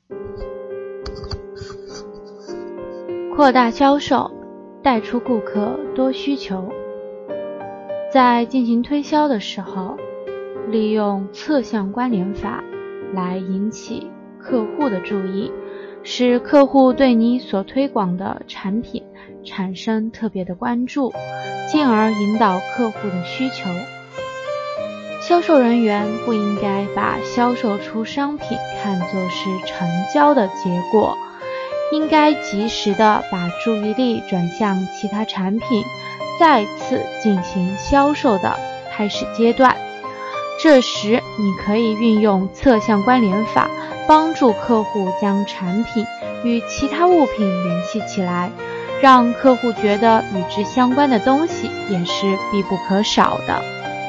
扩大销售，带出顾客多需求。在进行推销的时候，利用侧向关联法来引起客户的注意，使客户对你所推广的产品产生特别的关注，进而引导客户的需求。销售人员不应该把销售出商品看作是成交的结果，应该及时地把注意力转向其他产品，再次进行销售的开始阶段。这时你可以运用侧向关联法，帮助客户将产品与其他物品联系起来，让客户觉得与之相关的东西也是必不可少的。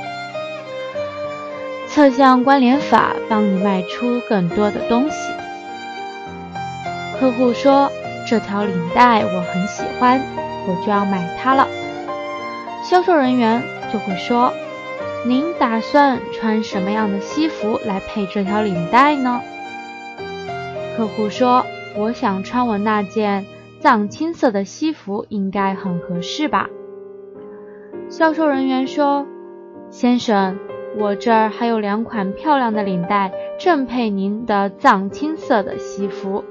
侧向关联法帮你卖出更多的东西。客户说，这条领带我很喜欢，我就要买它了。销售人员就会说，您打算穿什么样的西服来配这条领带呢？客户说，我想穿我那件藏青色的西服，应该很合适吧。销售人员说，先生，我这儿还有2款漂亮的领带，正配您的藏青色的西服。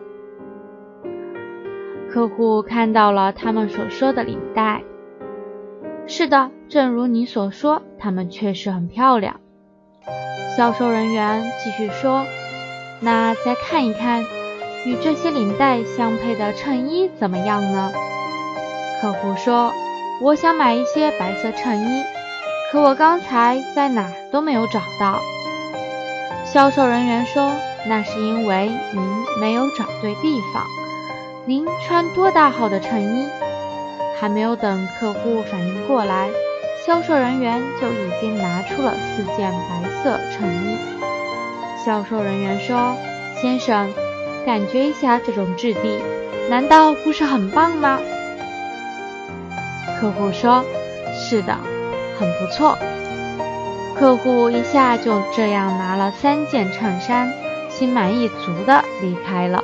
客户看到了他们所说的领带，是的，正如你所说，它们确实很漂亮。销售人员继续说，那再看一看与这些领带相配的衬衣怎么样呢？客户说，我想买一些白色衬衣，可我刚才在哪儿都没有找到。销售人员说，那是因为您没有找对地方。您穿多大号的衬衣？还没有等客户反应过来，销售人员就已经拿出了4件白色衬衣。销售人员说，先生，感觉一下这种质地，难道不是很棒吗？客户说，是的，很不错。客户一下就这样拿了3件衬衫，心满意足地离开了。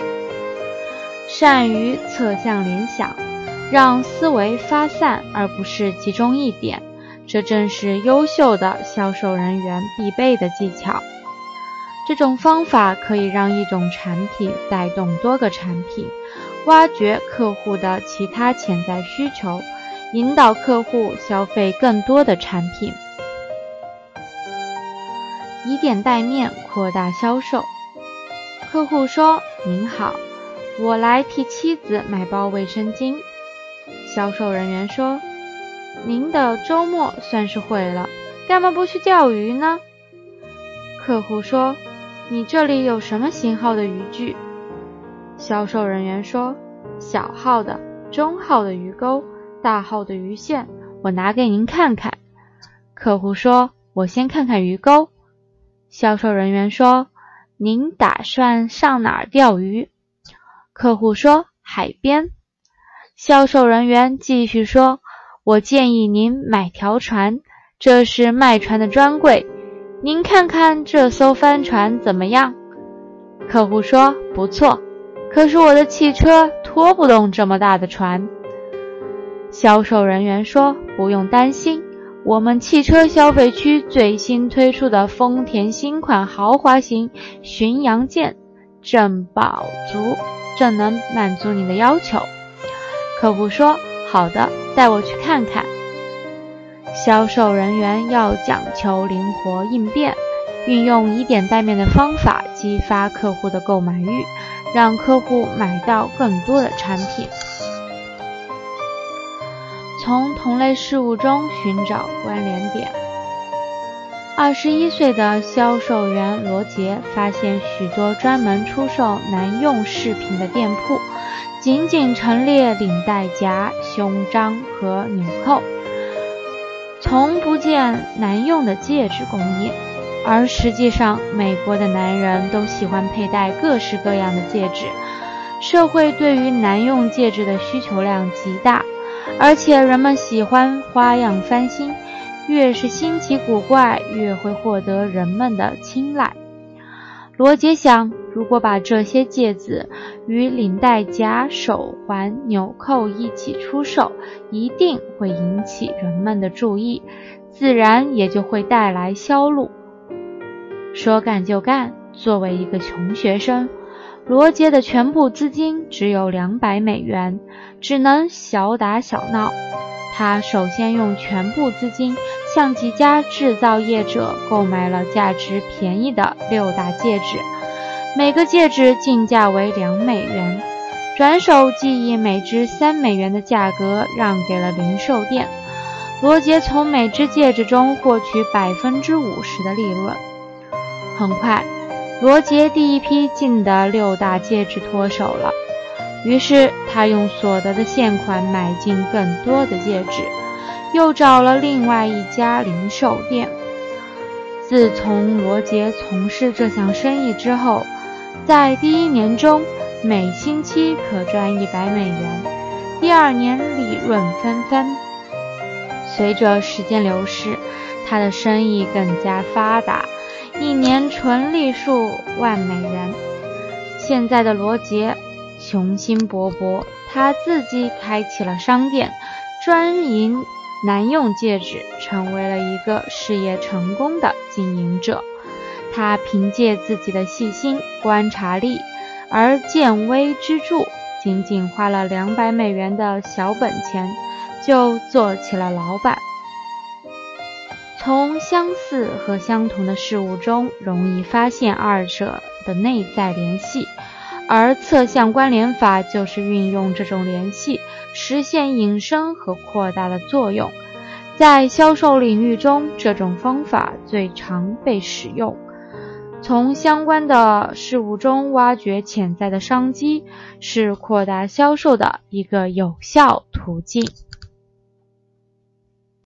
善于侧向联想，让思维发散而不是集中一点，这正是优秀的销售人员必备的技巧。这种方法可以让一种产品带动多个产品，挖掘客户的其他潜在需求，引导客户消费更多的产品。以点带面，扩大销售。客户说，您好，我来替妻子买包卫生巾。销售人员说，您的周末算是毁了，干嘛不去钓鱼呢？客户说，你这里有什么型号的渔具？销售人员说，小号的、中号的鱼钩，大号的鱼线，我拿给您看看。客户说，我先看看鱼钩。销售人员说，您打算上哪儿钓鱼？客户说，海边。销售人员继续说，我建议您买条船，这是卖船的专柜，您看看这艘帆船怎么样？客户说，不错，可是我的汽车拖不动这么大的船。销售人员说，不用担心，我们汽车消费区最新推出的丰田新款豪华型巡洋舰正能满足你的要求。客户说，好的，带我去看看。销售人员要讲求灵活应变，运用以点带面的方法激发客户的购买欲，让客户买到更多的产品。从同类事物中寻找关联点。21岁的销售员罗杰发现许多专门出售男用饰品的店铺仅仅陈列领带夹、胸章和纽扣，从不见男用的戒指供应。而实际上，美国的男人都喜欢佩戴各式各样的戒指，社会对于男用戒指的需求量极大，而且人们喜欢花样翻新，越是新奇古怪，越会获得人们的青睐。 罗杰想，如果把这些戒指与领带夹、手环、纽扣一起出售，一定会引起人们的注意，自然也就会带来销路。说干就干，作为一个穷学生，罗杰的全部资金只有$200，只能小打小闹。他首先用全部资金向几家制造业者购买了价值便宜的6大戒指，每个戒指进价为$2，转手即以每只$3的价格让给了零售店。罗杰从每只戒指中获取50%的利润。很快，罗杰第一批进的6大戒指脱手了，于是他用所得的现款买进更多的戒指，又找了另外一家零售店。自从罗杰从事这项生意之后，在第1年中每星期可赚$100，第2年利润纷纷。随着时间流逝，他的生意更加发达，1年纯利数万美元。现在的罗杰雄心勃勃，他自己开启了商店，专营男用戒指，成为了一个事业成功的经营者。他凭借自己的细心观察力而见微知著，仅仅花了$200的小本钱就做起了老板。从相似和相同的事物中容易发现二者的内在联系，而侧向关联法就是运用这种联系实现引申和扩大的作用。在销售领域中，这种方法最常被使用。从相关的事物中挖掘潜在的商机，是扩大销售的一个有效途径。